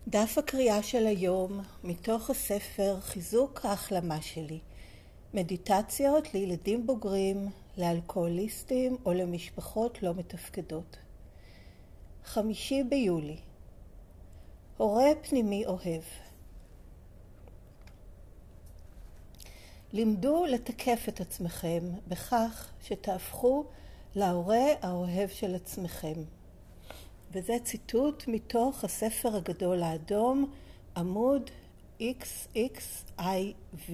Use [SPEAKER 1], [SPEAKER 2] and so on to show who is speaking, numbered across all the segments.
[SPEAKER 1] דף הקריאה של היום מתוך הספר חיזוק ההחלמה שלי, מדיטציות לילדים בוגרים, לאלכוהוליסטים או למשפחות לא מתפקדות. 5 ביולי. הורה פנימי אוהב. לימדו לתקף את עצמכם בכך שתהפכו להורה האוהב של עצמכם. וזה ציטוט מתוך הספר הגדול האדום, עמוד XXIV.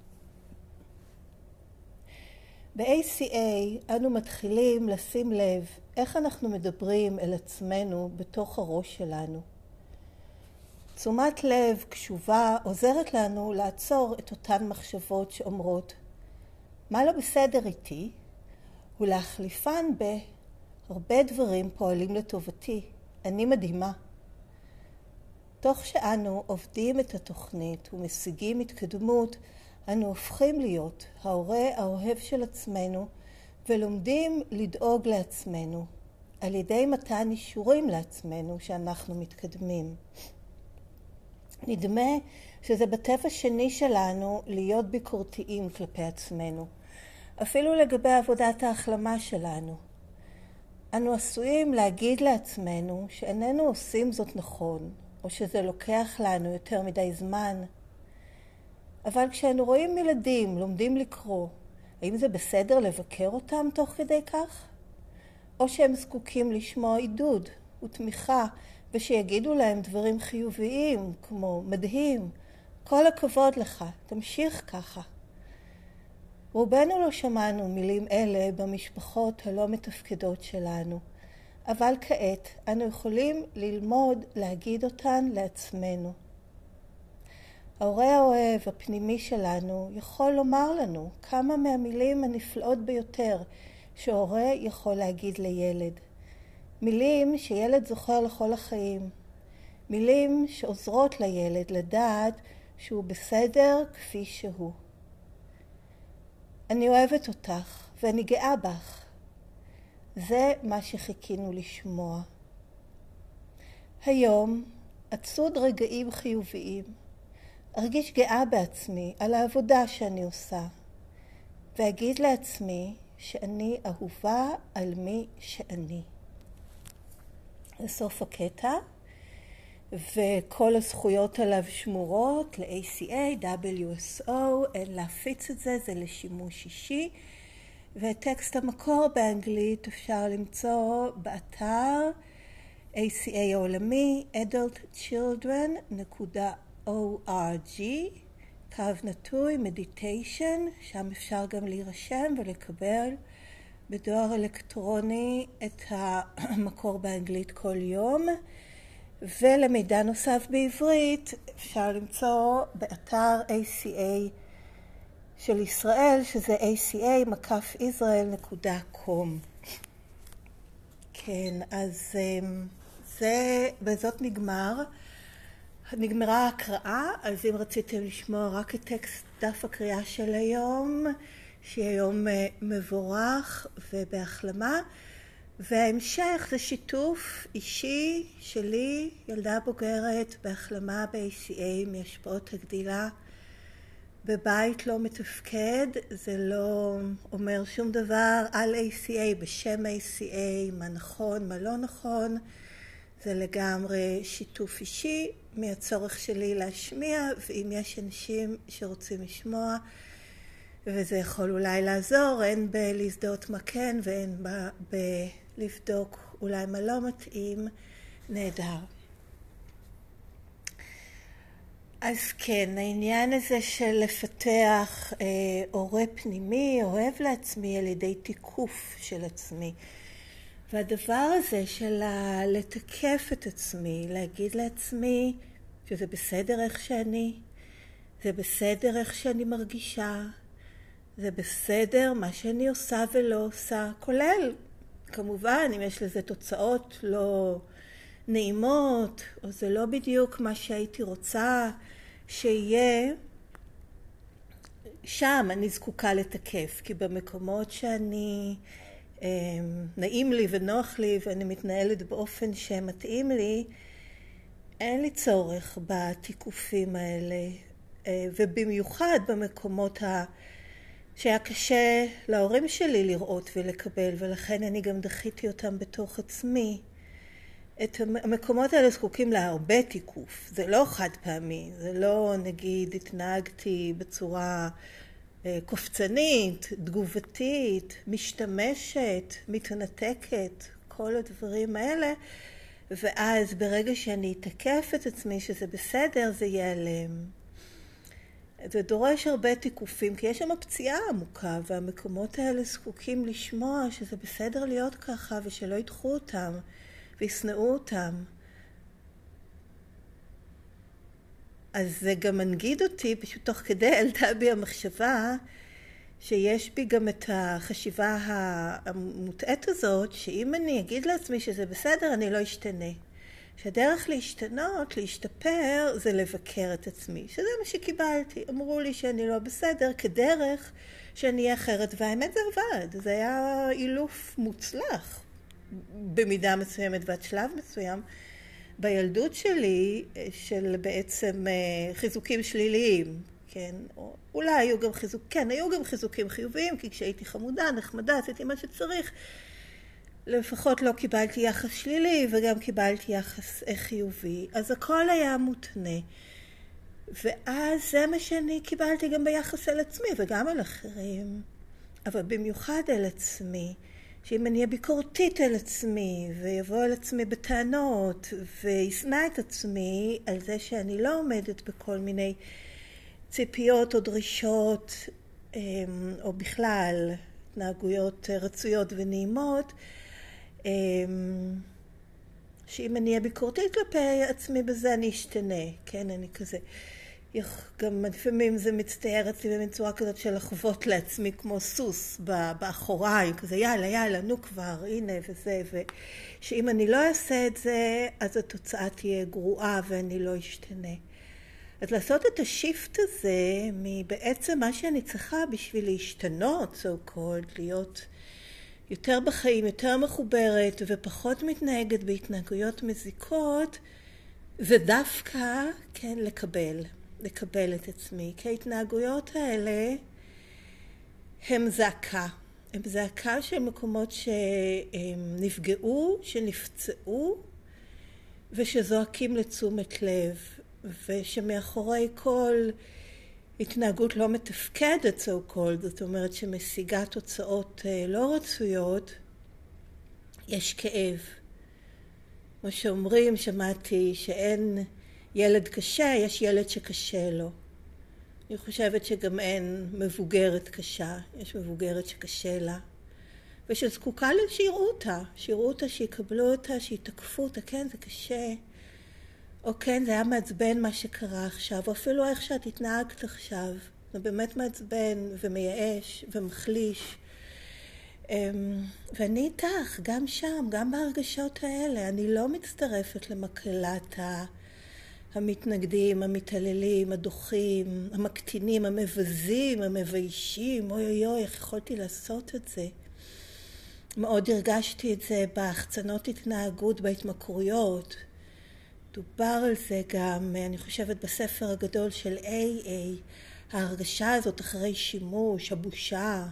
[SPEAKER 1] ב-ACA אנו מתחילים לשים לב איך אנחנו מדברים אל עצמנו בתוך הראש שלנו. תשומת לב קשובה עוזרת לנו לעצור את אותן מחשבות שאומרות מה לא בסדר איתי, ולהחליפן הרבה דברים פועלים לטובתי, אני מדהימה. תוך שאנו עובדים את התוכנית ומשיגים התקדמות, אנו הופכים להיות ההורה האוהב של עצמנו ולומדים לדאוג לעצמנו על ידי מתן אישורים לעצמנו שאנחנו מתקדמים. נדמה שזה בטבע שני שלנו להיות ביקורתיים כלפי עצמנו, אפילו לגבי עבודת ההחלמה שלנו. אנו עשויים להגיד לעצמנו שאיננו עושים זאת נכון, או שזה לוקח לנו יותר מדי זמן. אבל כשאנו רואים ילדים לומדים לקרוא, האם זה בסדר לבקר אותם תוך כדי כך? או שהם זקוקים לשמוע עידוד ותמיכה, ושיגידו להם דברים חיוביים, כמו מדהים, כל הכבוד לך, תמשיך ככה. רובנו לא שמענו מילים אלה במשפחות הלא מתפקדות שלנו, אבל כעת אנו יכולים ללמוד להגיד אותן לעצמנו. ההורה האוהב הפנימי שלנו יכול לומר לנו כמה מהמילים הנפלאות ביותר שההורה יכול להגיד לילד. מילים שילד זוכר לכל החיים. מילים שעוזרות לילד לדעת שהוא בסדר כפי שהוא. אני אוהבת אותך ואני גאה בך. זה מה שחיכינו לשמוע. היום אצוד רגעים חיוביים. ארגיש גאה בעצמי על העבודה שאני עושה. ואגיד לעצמי שאני אהובה על מי שאני. לסוף הקטע. וכל הזכויות עליו שמורות ל-ACA, WSO, אין להפיץ את זה, זה לשימוש אישי. וטקסט המקור באנגלית אפשר למצוא באתר ACA העולמי, adultchildren.org, /meditation, שם אפשר גם להירשם ולקבל בדואר אלקטרוני את המקור באנגלית כל יום. ולמידע נוסף בעברית אפשר למצוא באתר ACA של ישראל, שזה aca-israel.com. כן, אז בזאת נגמרה ההקראה. אז אם רציתם לשמוע רק את טקסט דף הקריאה של היום, שיהיה יום מבורך ובהחלמה. וההמשך זה שיתוף אישי שלי, ילדה בוגרת בהחלמה ב-ACA מהשפעות הגדילה בבית לא מתפקד. זה לא אומר שום דבר על ACA, בשם ACA, מה נכון, מה לא נכון. זה לגמרי שיתוף אישי מהצורך שלי להשמיע, ואם יש אנשים שרוצים לשמוע, וזה יכול אולי לעזור, אין בלהזדהות מה כן ואין לבדוק אולי מה לא מתאים, נהדר. אז כן, העניין הזה של לפתח הורה פנימי, אוהב לעצמי על ידי תיקוף של עצמי. והדבר הזה של לתקף את עצמי, להגיד לעצמי שזה בסדר איך שאני, זה בסדר איך שאני מרגישה, זה בסדר מה שאני עושה ולא עושה, כולל כמובן אם יש לזה תוצאות לא נעימות, או זה לא בדיוק מה שהייתי רוצה שיהיה, שם אני זקוקה לתקף, כי במקומות שאני נעים לי ונוח לי ואני מתנהלת באופן שמתאים לי, אין לי צורך בתיקופים האלה, ובמיוחד במקומות שהיה קשה להורים שלי לראות ולקבל, ולכן אני גם דחיתי אותם בתוך עצמי. את המקומות האלה זקוקים להרבה תיקוף. זה לא חד פעמי, זה לא נגיד התנהגתי בצורה קופצנית, תגובתית, משתמשת, מתנתקת, כל הדברים האלה, ואז ברגע שאני אתקף את עצמי שזה בסדר, זה ייעלם. זה דורש הרבה תיקופים, כי יש שם פציעה עמוקה, והמקומות האלה זקוקים לשמוע שזה בסדר להיות ככה, ושלא ידחו אותם, ויסנאו אותם. אז זה גם מנגיד אותי, פשוט תוך כדי עלתה בי המחשבה, שיש בי גם את החשיבה המוטעת הזאת, שאם אני אגיד לעצמי שזה בסדר, אני לא אשתנה. שהדרך להשתנות, להשתפר, זה לבקר את עצמי. שזה מה שקיבלתי. אמרו לי שאני לא בסדר, כדרך שאני אהיה אחרת. והאמת זה עבד. זה היה אילוף מוצלח, במידה מסוימת ועד שלב מסוים. בילדות שלי, של בעצם חיזוקים שליליים, כן, או אולי היו גם חיזוקים חיוביים, כי כשהייתי חמודה, נחמדה, עשיתי מה שצריך, לפחות לא קיבלתי יחס שלילי, וגם קיבלתי יחס חיובי, אז הכל היה מותנה. ואז זה מה שאני קיבלתי גם ביחס אל עצמי, וגם אל אחרים, אבל במיוחד אל עצמי. שאם אני אהיה ביקורתית על עצמי, ויבוא על עצמי בטענות, וישנא את עצמי על זה שאני לא עומדת בכל מיני ציפיות או דרישות, או בכלל התנהגויות רצויות ונעימות, שאם אני אהיה ביקורתית כלפי עצמי בזה אני אשתנה, כן, אני כזה. גם לפעמים זה מצטייר אצלי במין צורה כזאת של לחוות לעצמי כמו סוס באחוריי, כזה יאללה, נו כבר, הנה וזה, ושאם אני לא אעשה את זה, אז התוצאה תהיה גרועה ואני לא אשתנה. אז לעשות את השיפט הזה מבעצם מה שאני צריכה בשביל להשתנות, so called, להיות יותר בחיים, יותר מחוברת ופחות מתנהגת בהתנהגויות מזיקות, ודווקא, כן, לקבל את עצמי. כי ההתנהגויות האלה הם זעקה. הם זעקה של מקומות שנפגעו, שנפצעו, ושזועקים לתשומת לב. ושמאחורי כל התנהגות לא מתפקדת, so called, זאת אומרת שמשיגה תוצאות לא רצויות, יש כאב. כמו שאומרים, שמעתי שאין ילד קשה, יש ילד שקשה לו. אני חושבת שגם אין מבוגרת קשה, יש מבוגרת שקשה לה. ושזקוקה לה שיראו אותה, שיקבלו אותה, שיתקפו אותה, כן, זה קשה. או כן, זה היה מעצבן מה שקרה עכשיו, או אפילו איך שאת התנהגת עכשיו. זה באמת מעצבן ומייאש ומחליש. ואני איתך, גם שם, גם בהרגשות האלה. אני לא מצטרפת למקהלת המתנגדים, המתעללים, הדוחים, המקטינים, המבזים, המביישים. אוי, איך יכולתי לעשות את זה? מאוד הרגשתי את זה בהחצנות התנהגות, בהתמכרויות. דובר על זה גם, אני חושבת, בספר הגדול של AA, ההרגשה הזאת אחרי שימוש, הבושה,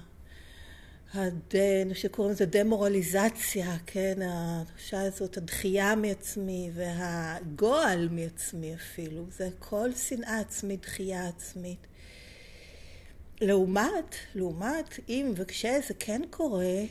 [SPEAKER 1] שקוראים לזה דמורליזציה, כן, ההרגשה הזאת, הדחייה מעצמי והגועל מעצמי אפילו, זה כל שנאה עצמית, דחייה עצמית. לעומת, אם וכשזה כן קורה,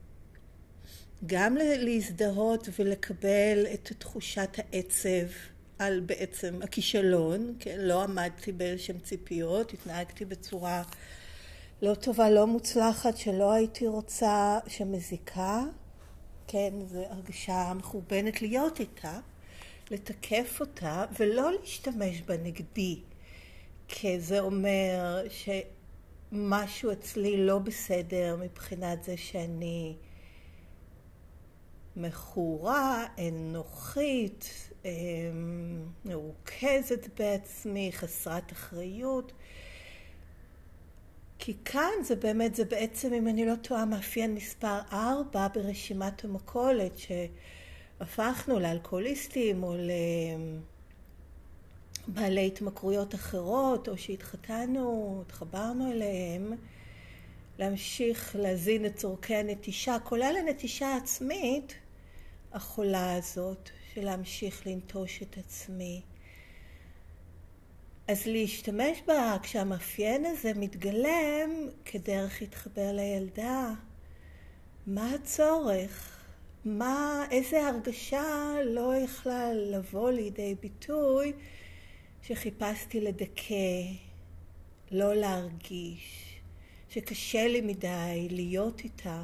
[SPEAKER 1] גם להזדהות ולקבל את תחושת העצב על בעצם הכישלון, כן? לא עמדתי באיזשהם ציפיות, התנהגתי בצורה לא טובה, לא מוצלחת, שלא הייתי רוצה, שמזיקה, כן, זו הרגשה מחורבנת להיות איתה, לתקף אותה ולא להשתמש בה נגדי, כי זה אומר שמשהו אצלי לא בסדר מבחינת זה שאני מכורה, אנוכית, מרוכזת בעצמי, חסרת אחריות. כי כאן זה בעצם, אם אני לא טועה, מאפיין מספר 4 ברשימת המכולת, שהפכנו לאלכוהוליסטים או בעלי התמכרויות אחרות, או שהתחתנו, התחברנו אליהם, להמשיך להזין את צורכי הנטישה, כולל הנטישה העצמית, החולה הזאת, של להמשיך לנטוש את עצמי. אז להשתמש בה כשהמאפיין הזה מתגלם כדרך להתחבר לילדה. מה הצורך? איזה הרגשה לא יכלה לבוא לידי ביטוי שחיפשתי לדכא, לא להרגיש, שקשה לי מדי להיות איתה.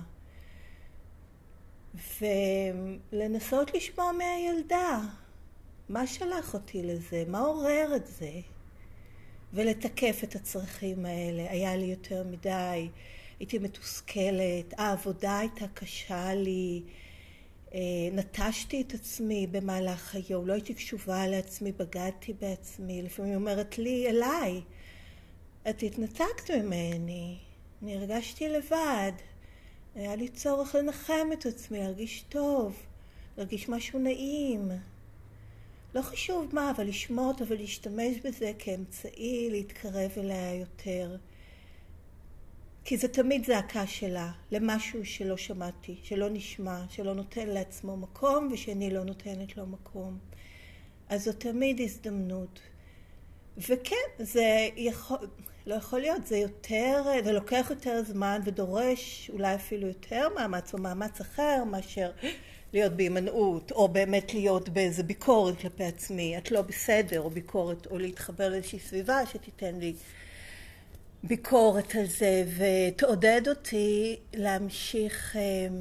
[SPEAKER 1] ולנסות לשמוע מהילדה, מה שלח אותי לזה, מה עורר את זה, ולתקף את הצרכים האלה. היה לי יותר מדי, הייתי מתוסכלת, העבודה הייתה קשה לי, נטשתי את עצמי במהלך היום, לא הייתי קשובה לעצמי, בגדתי בעצמי. לפעמים אומרת לי, אליי, את התנתקת ממני, אני הרגשתי לבד, היה לי צורך לנחם את עצמי, להרגיש טוב, להרגיש משהו נעים. לא חשוב מה, אבל לשמוע אותו ולהשתמש בזה כאמצעי להתקרב אליה יותר. כי זה תמיד זעקה שלה, למשהו שלא שמעתי, שלא נשמע, שלא נותן לעצמו מקום ושאני לא נותנת לו מקום. אז זו תמיד הזדמנות. וכן, זה לא יכול להיות, זה לוקח יותר זמן ודורש אולי אפילו יותר מאמץ או מאמץ אחר מאשר להיות בהימנעות, או באמת להיות באיזה ביקורת כלפי עצמי, את לא בסדר, או ביקורת, או להתחבר לאיזושהי סביבה שתיתן לי ביקורת על זה, ותעודד אותי להמשיך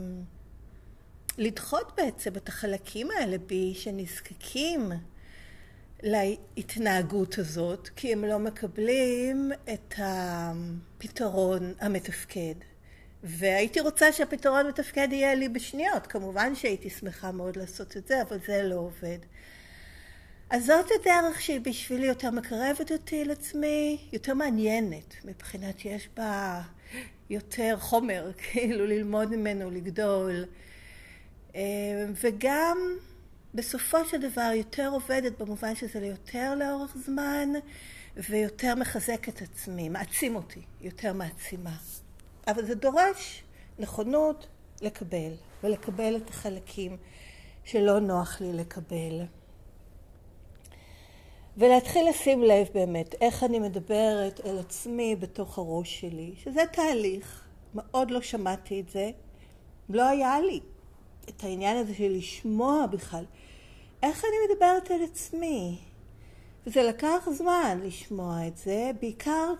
[SPEAKER 1] לדחות בעצם את החלקים האלה בי שנזקקים להתנהגות הזאת, כי הם לא מקבלים את הפתרון המתפקד. והייתי רוצה שהפתרון מתפקד יהיה לי בשניות. כמובן שהייתי שמחה מאוד לעשות את זה, אבל זה לא עובד. אז זאת הדרך שהיא בשבילי יותר מקרבת אותי לעצמי, יותר מעניינת, מבחינת שיש בה יותר חומר, כאילו ללמוד ממנו, לגדול. וגם בסופו של דבר יותר עובדת במובן שזה יותר לאורך זמן, ויותר מחזק את עצמי, מעצים אותי, יותר מעצימה. אבל זה דורש נכונות לקבל, ולקבל את החלקים שלא נוח לי לקבל. ולהתחיל לשים לב באמת איך אני מדברת אל עצמי בתוך הראש שלי, שזה תהליך, מאוד לא שמעתי את זה, לא היה לי את העניין הזה של לשמוע בכלל, איך אני מדברת אל עצמי. וזה לקח זמן לשמוע את זה, בעיקר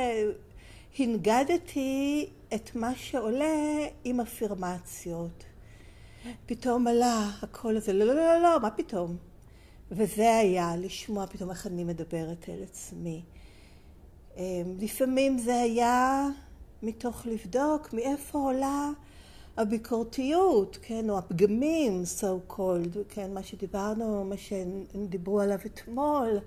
[SPEAKER 1] כשהנגדתי את מה שעולה עם אפירמציות. פתאום עלה הכל הזה, לא, לא, לא, לא, מה פתאום? וזה היה לשמוע פתאום איך אני מדברת אל עצמי. לפעמים זה היה מתוך לבדוק מאיפה עולה הביקורתיות, כן, או הפגמים, so called, כן, מה שדיברנו, מה שדיברו עליו אתמול.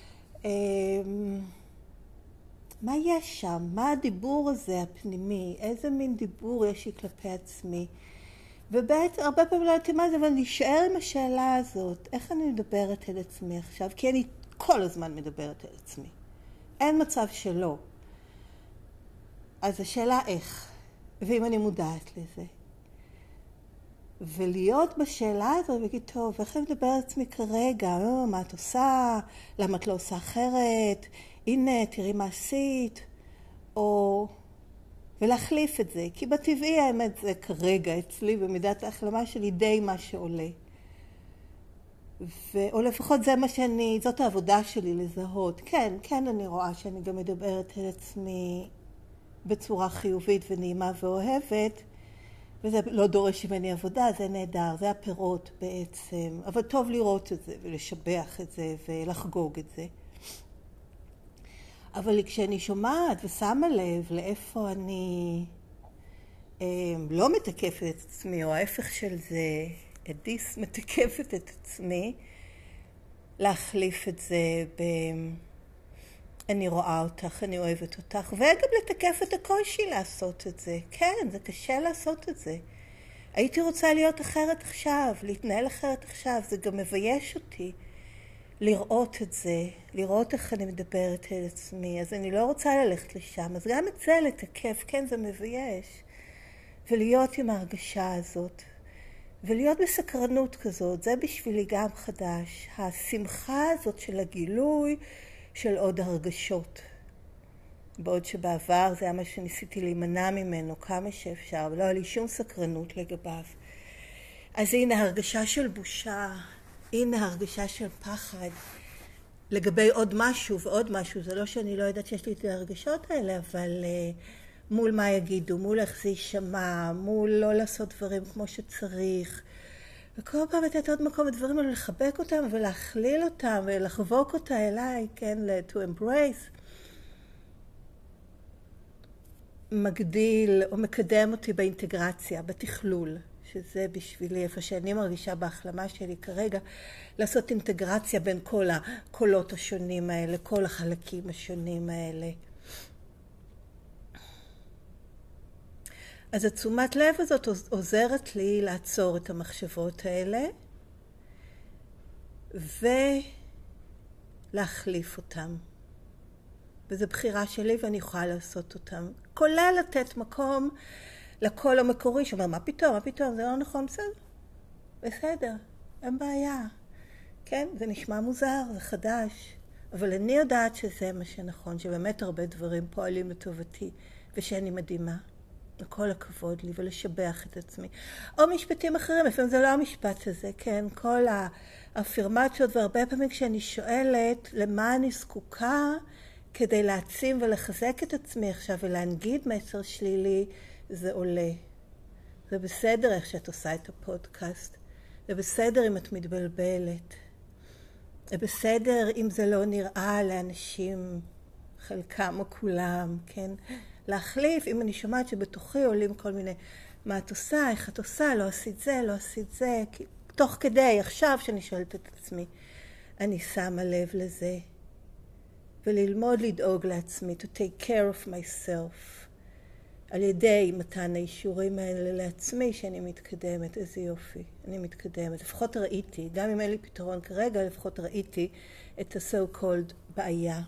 [SPEAKER 1] מה יש שם? מה הדיבור הזה הפנימי? איזה מין דיבור יש לי כלפי עצמי? ובעצם הרבה פעמים לא יודעת מה זה, אבל נשאר עם השאלה הזאת, איך אני מדברת אל עצמי עכשיו? כי אני כל הזמן מדברת אל עצמי. אין מצב שלא. אז השאלה איך, ואם אני מודעת לזה. ולהיות בשאלה הזאת ולהגיד, טוב, איך אני מדבר על עצמי כרגע? מה את עושה? למה את לא עושה אחרת? הנה, תראי מה עשית. או ולהחליף את זה, כי בטבעי האמת זה כרגע אצלי במידת ההחלמה שלי די מה שעולה. או לפחות זה מה זאת העבודה שלי לזהות. כן, אני רואה שאני גם מדברת על עצמי בצורה חיובית ונעימה ואוהבת, וזה לא דורש ממני עבודה, זה נהדר, זה הפירות בעצם. אבל טוב לראות את זה ולשבח את זה ולחגוג את זה. אבל כשאני שומעת ושמה לב לאיפה אני לא מתקפת את עצמי, או ההפך של זה, אדיס מתקפת את עצמי, להחליף את זה אני רואה אותך, אני אוהבת אותך, וגם לתקף את הקושי לעשות את זה. כן, זה קשה לעשות את זה. הייתי רוצה להיות אחרת עכשיו, להתנהל אחרת עכשיו, זה גם מבייש אותי. לראות את זה, לראות איך אני מדברת אל עצמי, אז אני לא רוצה ללכת לשם, אז גם את זה לתקף, כן זה מבייש, ולהיות עם ההרגשה הזאת, ולהיות בסקרנות כזאת, זה בשבילי גם חדש, השמחה הזאת של הגילוי של עוד הרגשות. בעוד שבעבר זה היה מה שניסיתי להימנע ממנו כמה שאפשר, ולא היה לי שום סקרנות לגביו. אז הנה הרגשה של בושה, הנה הרגשה של פחד לגבי עוד משהו ועוד משהו. זה לא שאני לא יודעת שיש לי את ההרגשות האלה, אבל מול מה יגידו, מול איך זה יישמע, מול לא לעשות דברים כמו שצריך. וכל פעם לתת עוד מקום לדברים האלה, לחבק אותם ולהכליל אותם ולחבוק אותה אליי, כן, to embrace. מגדיל או מקדם אותי באינטגרציה, בתכלול, שזה בשבילי איפה שאני מרגישה בהחלמה שלי כרגע, לעשות אינטגרציה בין כל הקולות השונים האלה, כל החלקים השונים האלה. אז התשומת לב הזאת עוזרת לי לעצור את המחשבות האלה ולהחליף אותם. וזו בחירה שלי ואני יכולה לעשות אותם. כולל לתת מקום לקול המקורי שאומר, מה פתאום, זה לא נכון, בסדר, אין בעיה. כן, זה נשמע מוזר, זה חדש, אבל אני יודעת שזה מה שנכון, שבאמת הרבה דברים פועלים לטובתי, ושאני מדהימה. לכל הכבוד לי ולשבח את עצמי. או משפטים אחרים, לפעמים זה לא המשפט הזה, כן, כל האפירמציות, והרבה פעמים כשאני שואלת למה אני זקוקה, כדי להעצים ולחזק את עצמי עכשיו ולהנגיד מסר שלילי, זה עולה. זה בסדר איך שאת עושה את הפודקאסט. זה בסדר אם את מתבלבלת. זה בסדר אם זה לא נראה לאנשים, חלקם או כולם, כן? להחליף, אם אני שומעת שבתוכי עולים כל מיני, מה את עושה, איך את עושה, לא עשית זה, לא עשית זה. תוך כדי, עכשיו שאני שואלת את עצמי, אני שמה לב לזה. וללמוד לדאוג לעצמי, to take care of myself, על ידי מתן האישורים האלה לעצמי שאני מתקדמת. איזה יופי, אני מתקדמת. לפחות ראיתי, גם אם אין לי פתרון כרגע, לפחות ראיתי את ה-so called בעיה.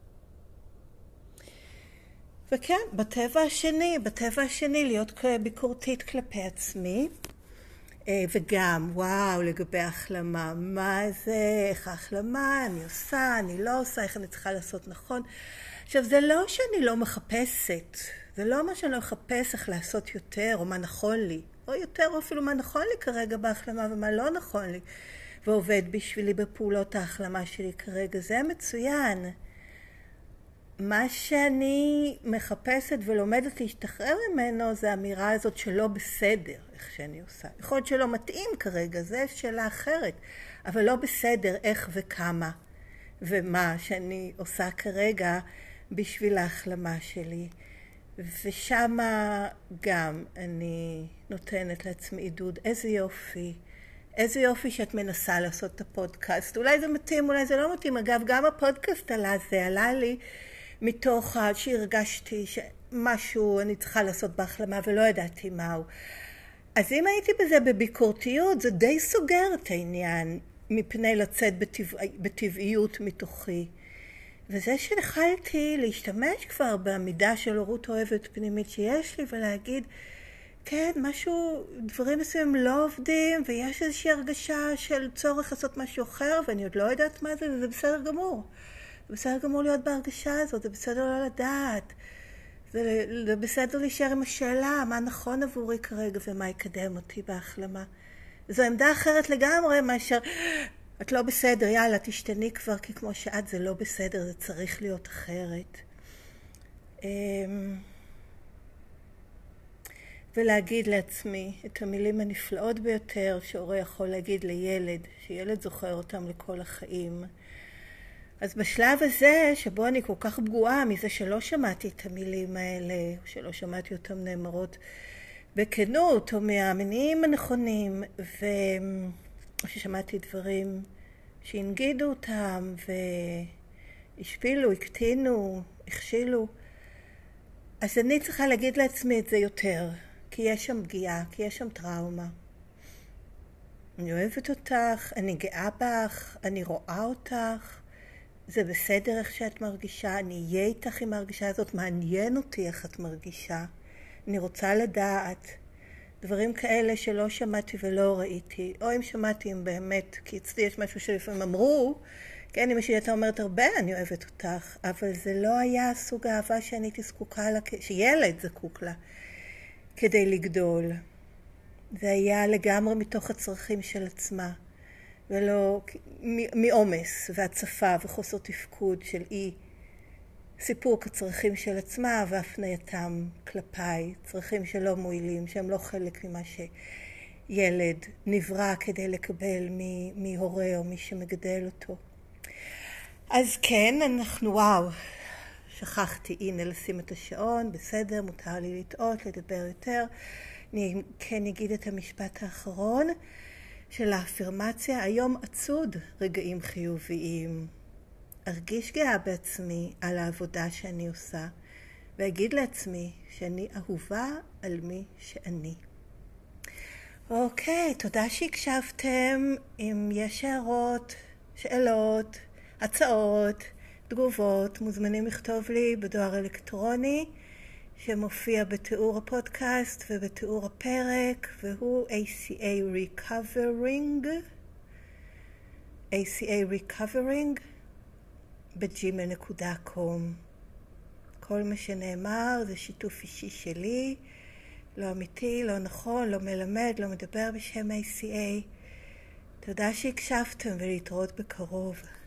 [SPEAKER 1] וכן, בטבע השני להיות ביקורתית כלפי עצמי, וגם, וואו, לגבי ההחלמה, מה זה, איך ההחלמה, אני עושה, אני לא עושה, איך אני צריכה לעשות נכון. עכשיו, זה לא שאני לא מחפשת, זה לא מה שאני לא מחפש איך לעשות יותר, או מה נכון לי, או יותר, או אפילו מה נכון לי כרגע בהחלמה, ומה לא נכון לי, ועובד בשבילי בפעולות ההחלמה שלי כרגע, זה מצוין. מה שאני מחפשת ולומדת להשתחרר ממנו, זה האמירה הזאת שלא בסדר, איך שאני עושה. יכול להיות שלא מתאים כרגע, זה שאלה אחרת, אבל לא בסדר איך וכמה, ומה שאני עושה כרגע בשביל ההחלמה שלי. ושמה גם אני נותנת לעצמי עידוד, איזה יופי שאת מנסה לעשות את הפודקאסט. אולי זה מתאים, אולי זה לא מתאים. אגב, גם הפודקאסט עלה לי מתוך שהרגשתי שמשהו אני צריכה לעשות בהחלמה ולא ידעתי מהו. אז אם הייתי בזה בביקורתיות, זה די סוגר את העניין מפני לצאת בטבעיות מתוכי. וזה שהחלתי להשתמש כבר בעמידה של הורות אוהבת פנימית שיש לי ולהגיד, כן, דברים מסוימים לא עובדים ויש איזושהי הרגשה של צורך לעשות משהו אחר ואני עוד לא יודעת מה זה, וזה בסדר גמור. זה בסדר גמור להיות בהרגשה הזאת, זה בסדר לא לדעת. זה בסדר להישאר עם השאלה, מה נכון עבורי כרגע ומה יקדם אותי בהחלמה. זו עמדה אחרת לגמרי מאשר, את לא בסדר, יאללה, תשתני כבר, כי כמו שאת זה לא בסדר, זה צריך להיות אחרת. ולהגיד לעצמי את המילים הנפלאות ביותר שהורה יכול להגיד לילד, שילד זוכר אותם לכל החיים. אז בשלב הזה, שבו אני כל כך פגועה מזה שלא שמעתי את המילים האלה, או שלא שמעתי אותם נאמרות בכנות, או מהמניעים הנכונים, וששמעתי דברים שהנגידו אותם, והשפילו, הקטינו, הכשילו, אז אני צריכה להגיד לעצמי את זה יותר, כי יש שם פגיעה, כי יש שם טראומה. אני אוהבת אותך, אני גאה בך, אני רואה אותך, זה בסדר איך שאת מרגישה, אני אהיה איתך עם ההרגישה הזאת, מעניין אותי איך את מרגישה, אני רוצה לדעת. דברים כאלה שלא שמעתי ולא ראיתי, או אם שמעתי אם באמת, כי אצלי יש משהו שלפעמים אמרו, כן, אמא שלי הייתה אומרת הרבה, אני אוהבת אותך, אבל זה לא היה סוג האהבה שאני הייתי זקוקה לה, שילד זקוק לה, כדי לגדול. זה היה לגמרי מתוך הצרכים של עצמה, ולא מעומס והצפה וחוסר תפקוד של סיפוק הצרכים של עצמה והפנייתם כלפיי, צרכים שלא מועילים, שהם לא חלק ממה שילד נברא כדי לקבל מהורה או מי שמגדל אותו. אז כן, וואו, שכחתי, הנה לשים את השעון, בסדר, מותר לי לטעות, לדבר יותר. אני כן אגיד את המשפט האחרון של האפרמציה, היום עצוד רגעים חיוביים. ארגיש גאה בעצמי על העבודה שאני עושה, ואגיד לעצמי שאני אהובה על מי שאני. אוקיי, תודה שהקשבתם. אם יש הערות, שאלות, הצעות, תגובות, מוזמנים לכתוב לי בדואר אלקטרוני שמופיע בתיאור הפודקאסט ובתיאור הפרק, והוא aca recovering@gmail.com. כל מה שנאמר זה שיתוף אישי שלי, לא אמיתי, לא נכון, לא מלמד, לא מדבר בשם ACA. תודה שהקשבתם ולהתראות בקרוב.